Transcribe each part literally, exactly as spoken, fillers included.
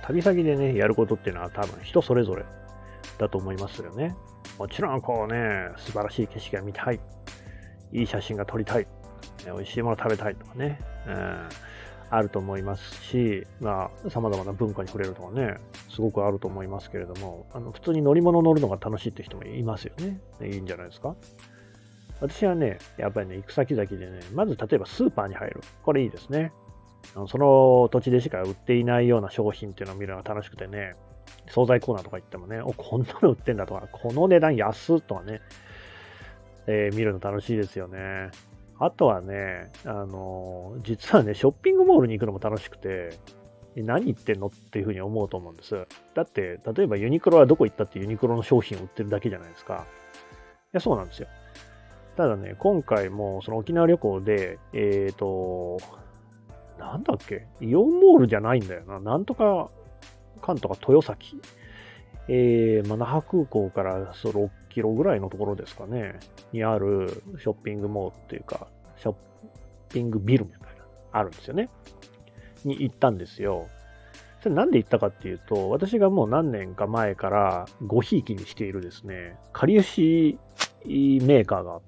旅先でね、やることっていうのは多分人それぞれだと思いますよね。もちろんこうね、素晴らしい景色が見たい。いい写真が撮りたい。美味しいもの食べたいとかね。うん、あると思いますし、まあ、様々な文化に触れるとかね、すごくあると思いますけれども、あの普通に乗り物乗るのが楽しいって人もいますよね。いいんじゃないですか。私はね、やっぱりね、行く先々でね、まず例えばスーパーに入る。これいいですね。あのその土地でしか売っていないような商品っていうのを見るのが楽しくてね、惣菜コーナーとか行ってもね、お、こんなの売ってんだとか、この値段安とかね、えー見るの楽しいですよね。あとはね、あのー実はね、ショッピングモールに行くのも楽しくて、え何言ってんのっていうふうに思うと思うんです。だって、例えばユニクロはどこ行ったってユニクロの商品を売ってるだけじゃないですか。いや、そうなんですよ。ただね、今回もその沖縄旅行で、えっと、なんだっけ、イオンモールじゃないんだよな。なんとか、かんとか豊崎。えー、まあ、那覇空港からそうろっキロぐらいのところですかね、にあるショッピングモールっていうか、ショッピングビルみたいな、あるんですよね。に行ったんですよ。それなんで行ったかっていうと、私がもう何年か前からごひいきにしているですね、かりゆしメーカーがあって、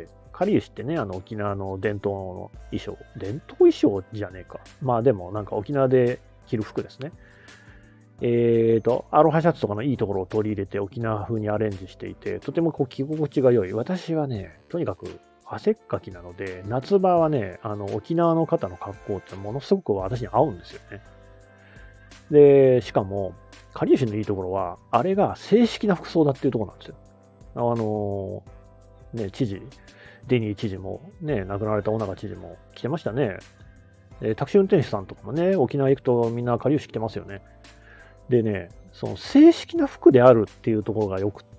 かりゆしってね、あの沖縄の伝統の衣装、伝統衣装じゃねえか。まあでもなんか沖縄で着る服ですね。えーと、アロハシャツとかのいいところを取り入れて沖縄風にアレンジしていて、とてもこう着心地が良い。私はね、とにかく汗っかきなので、夏場はね、あの沖縄の方の格好ってものすごく私に合うんですよね。で、しかも、かりゆしのいいところは、あれが正式な服装だっていうところなんですよ。あのーね、知事、デニー知事も、ね、亡くなられた尾長知事も着てましたね。でタクシー運転手さんとかもね、沖縄行くとみんなかりゆし着てますよね。でね、その正式な服であるっていうところが良くって、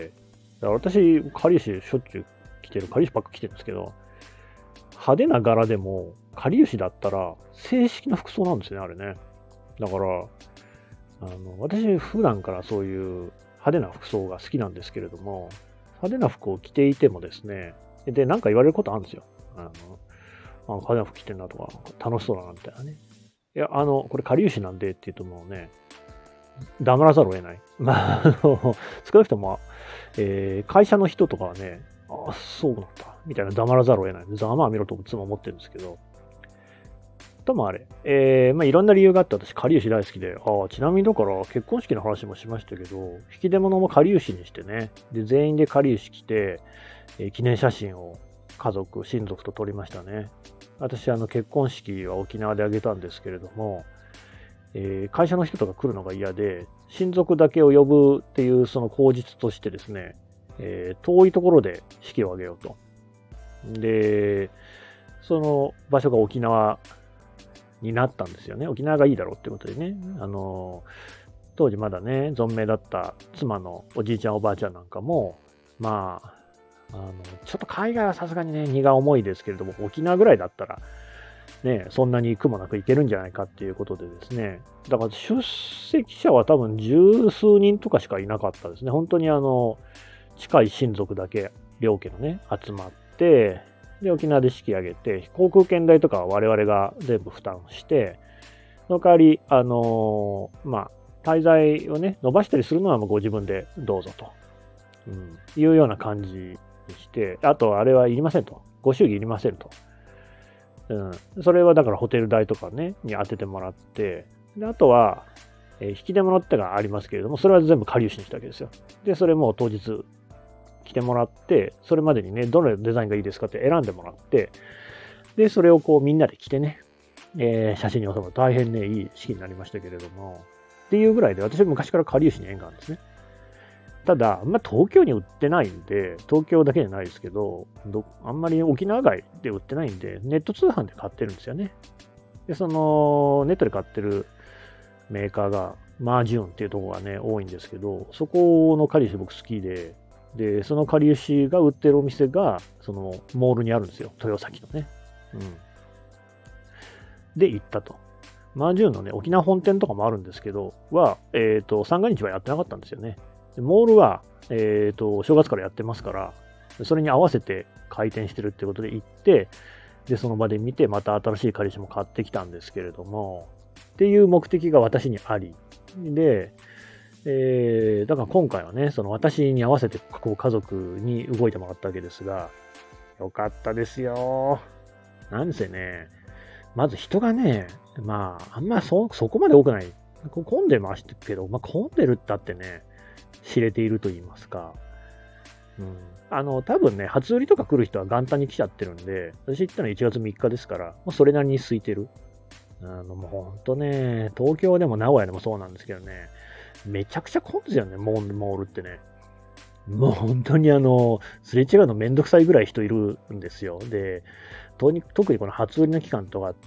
だから私、かりゆししょっちゅう着てる、かりゆしばっか着てるんですけど、派手な柄でも、かりゆしだったら正式な服装なんですよね、あれね。だから、あの私、普段からそういう派手な服装が好きなんですけれども、派手な服を着ていてもですね、で、なんか言われることあるんですよ。あの、あ派手な服着てんなとか、楽しそうだなみたいなね。いや、あの、これ、かりゆしなんでって言うともうね、黙らざるを得ない。まあ、あの、少なくとも、えー会社の人とかはね、ああ、そうなんだ、みたいな黙らざるを得ない。ざまあ見ろといつも思ってるんですけど、ともあれ、えーまあ、いろんな理由があって私、かりゆし大好きで、ああ、ちなみにだから結婚式の話もしましたけど、引き出物もかりゆしにしてね、で、全員でかりゆし着て、えー記念写真を家族、親族と撮りましたね。私、あの、結婚式は沖縄であげたんですけれども、えー会社の人とか来るのが嫌で、親族だけを呼ぶっていうその口実としてですね、えー遠いところで式を挙げようと。で、その場所が沖縄になったんですよね。沖縄がいいだろうってことでね。あの、当時まだね、存命だった妻のおじいちゃんおばあちゃんなんかも、まあ、あの、ちょっと海外はさすがにね、荷が重いですけれども、沖縄ぐらいだったら、ね、そんなに苦もなくいけるんじゃないかっていうことでですね、だから出席者は多分十数人とかしかいなかったですね。本当にあの、近い親族だけ、両家のね、集まって、で、沖縄で式挙げて、航空券代とかは我々が全部負担して、その代わり、あのーまあ、滞在をね、伸ばしたりするのはもうご自分でどうぞと、うん、いうような感じにして、あと、あれはいりませんと。ご祝儀いりませんと。うん、それはだからホテル代とかね、に当ててもらって、であとは、えー引き出物ってがありますけれども、それは全部かりゆしにしたわけですよ。で、それも当日来てもらって、それまでにね、どのデザインがいいですかって選んでもらって、で、それをこうみんなで着てね、えー写真に収める大変ね、いい式になりましたけれども、っていうぐらいで、私は昔からかりゆしに縁があるんですね。ただ、まあ、東京に売ってないんで、東京だけじゃないですけど、どあんまり沖縄外で売ってないんで、ネット通販で買ってるんですよね。で、その、ネットで買ってるメーカーが、マージューンっていうところがね、多いんですけど、そこのかりゆし僕好きで、で、そのかりゆしが売ってるお店が、その、モールにあるんですよ。豊崎のね。うん。で、行ったと。マージューンのね、沖縄本店とかもあるんですけど、は、えっ、と、三が日はやってなかったんですよね。でモールは、えっ、と、正月からやってますから、それに合わせて開店してるってことで行って、で、その場で見て、また新しいかりゆしも買ってきたんですけれども、 っていう目的が私にあり。で、えー、だから今回はね、その私に合わせてこう家族に動いてもらったわけですが、よかったですよ。なんせね、まず人がね、まあ、あんまそ、そこまで多くない。混んでましたけど、まあ、混んでるったってね、知れていると言いますか。うん。あの、多分ね、初売りとか来る人は元旦に来ちゃってるんで、私行ったのいちがつみっかですから、もうそれなりに空いてる。あの、もうほんとね、東京でも名古屋でもそうなんですけどね、めちゃくちゃ混んですよね、モール、モールってね。もう本当にあの、すれ違うのめんどくさいぐらい人いるんですよ。で、とに特にこの初売りの期間とかって、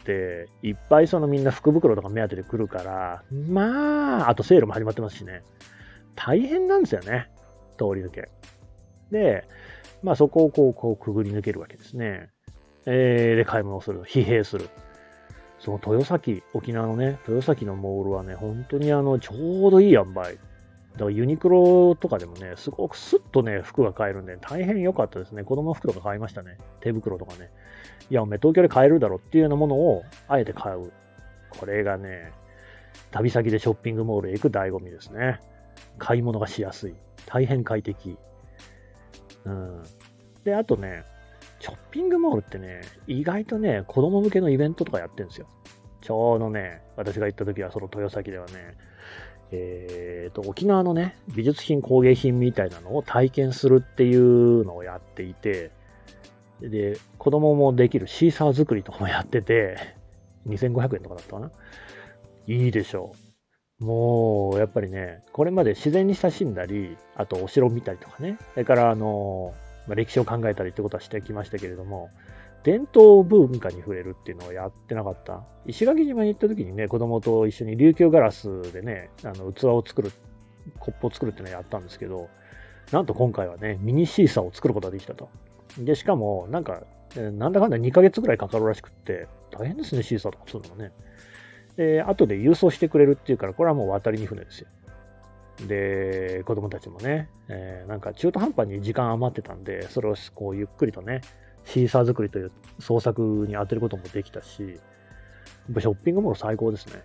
いっぱいそのみんな福袋とか目当てで来るから、まあ、あとセールも始まってますしね。大変なんですよね。通り抜け。で、まあそこをこう、こうくぐり抜けるわけですね。えー、で、買い物をする。疲弊する。その豊崎、沖縄のね、豊崎のモールはね、本当にあの、ちょうどいい塩梅。だからユニクロとかでもね、すごくスッとね、服が買えるんで、大変良かったですね。子供服とか買いましたね。手袋とかね。いや、おめ東京で買えるだろっていうようなものを、あえて買う。これがね、旅先でショッピングモールへ行く醍醐味ですね。買い物がしやすい。大変快適。うん。で、あとね、ショッピングモールってね、意外とね、子供向けのイベントとかやってるんですよ。ちょうどね、私が行った時はその豊崎ではね、えーと、沖縄のね、美術品工芸品みたいなのを体験するっていうのをやっていて、で、子供もできるシーサー作りとかもやってて、にせんごひゃくえんとかだったかな。いいでしょう。もう、やっぱりね、これまで自然に親しんだり、あとお城見たりとかね、それからあの、まあ、歴史を考えたりってことはしてきましたけれども、伝統文化に触れるっていうのをやってなかった。石垣島に行った時にね、子供と一緒に琉球ガラスでね、あの器を作る、コップを作るっていうのをやったんですけど、なんと今回はね、ミニシーサーを作ることができたと。で、しかも、なんか、なんだかんだにかげつぐらいかかるらしくって、大変ですね、シーサーとか作るのもね。で、後で郵送してくれるっていうから、これはもう渡りに船ですよ。で、子供たちもね、えー、なんか中途半端に時間余ってたんで、それをこうゆっくりとね、シーサー作りという創作に当てることもできたし、やっぱショッピングモール最高ですね。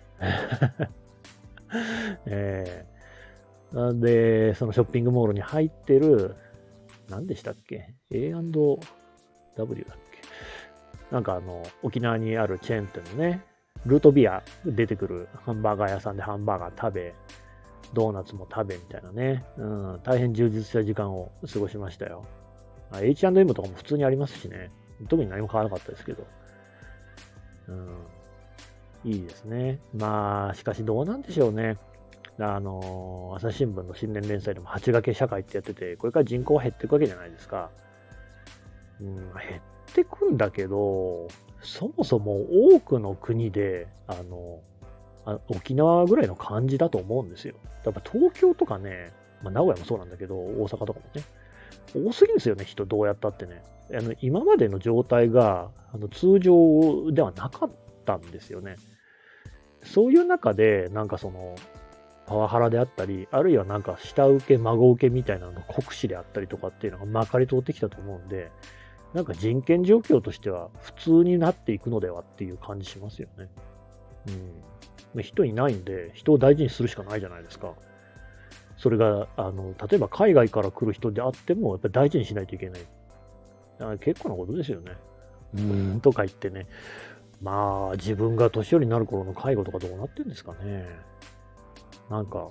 えー、なんで、そのショッピングモールに入ってる、何でしたっけ ?エーアンドダブリュー だっけなんかあの、沖縄にあるチェーン店のね、ルートビア出てくるハンバーガー屋さんでハンバーガー食べ、ドーナツも食べみたいなね、うん、大変充実した時間を過ごしましたよ。エイチアンドエム とかも普通にありますしね、特に何も買わなかったですけど、うん、いいですね。まあ、しかしどうなんでしょうね。あの、朝日新聞の新年連載でもはちがけ社会ってやってて、これから人口は減っていくわけじゃないですか。うん、減ってくんだけど、そもそも多くの国で、あの、あ沖縄ぐらいの感じだと思うんですよ。やっぱ東京とかね、まあ、名古屋もそうなんだけど、大阪とかもね、多すぎるんですよね、人どうやったってね。あの今までの状態があの通常ではなかったんですよね。そういう中で、なんかその、パワハラであったり、あるいはなんか下請け、孫請けみたいなの酷使であったりとかっていうのがまかり通ってきたと思うんで、なんか人権状況としては普通になっていくのではっていう感じしますよね。うん。人いないんで、人を大事にするしかないじゃないですか。それが、あの、例えば海外から来る人であっても、やっぱり大事にしないといけない。あ結構なことですよね。うーん、とか言ってね。まあ、自分が年寄りになる頃の介護とかどうなってんですかね。なんか、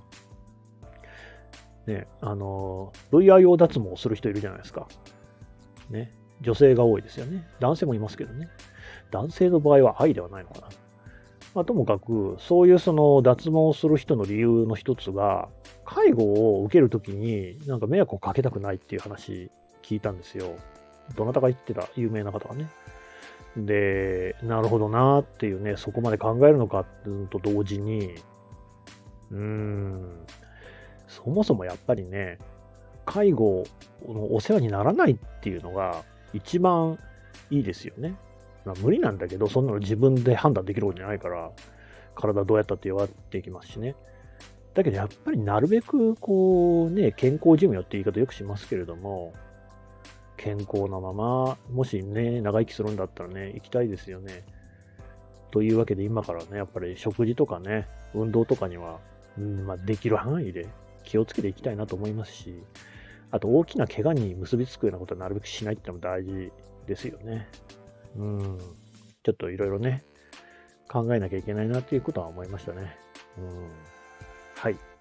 ね、あの、ブイアイオー 脱毛をする人いるじゃないですか。ね。女性が多いですよね。男性もいますけどね。男性の場合は愛ではないのかな。まあ、ともかく、そういうその脱毛をする人の理由の一つが、介護を受けるときになんか迷惑をかけたくないっていう話聞いたんですよ。どなたが言ってた有名な方がね。で、なるほどなーっていうね、そこまで考えるのかっていうのと同時に、うーん、そもそもやっぱりね、介護のお世話にならないっていうのが一番いいですよね。まあ、無理なんだけど、そんなの自分で判断できることじゃないから、体どうやったって弱っていきますしね。だけどやっぱりなるべくこうね、健康寿命って言い方よくしますけれども、健康なまま、もしね、長生きするんだったらね、行きたいですよね。 というわけで今からね、やっぱり食事とかね、運動とかには、うんまあ、できる範囲で気をつけていきたいなと思いますし、あと大きな怪我に結びつくようなことはなるべくしないっていうのも大事ですよね。うん。ちょっといろいろね、考えなきゃいけないなっていうことは思いましたね。うん。はい。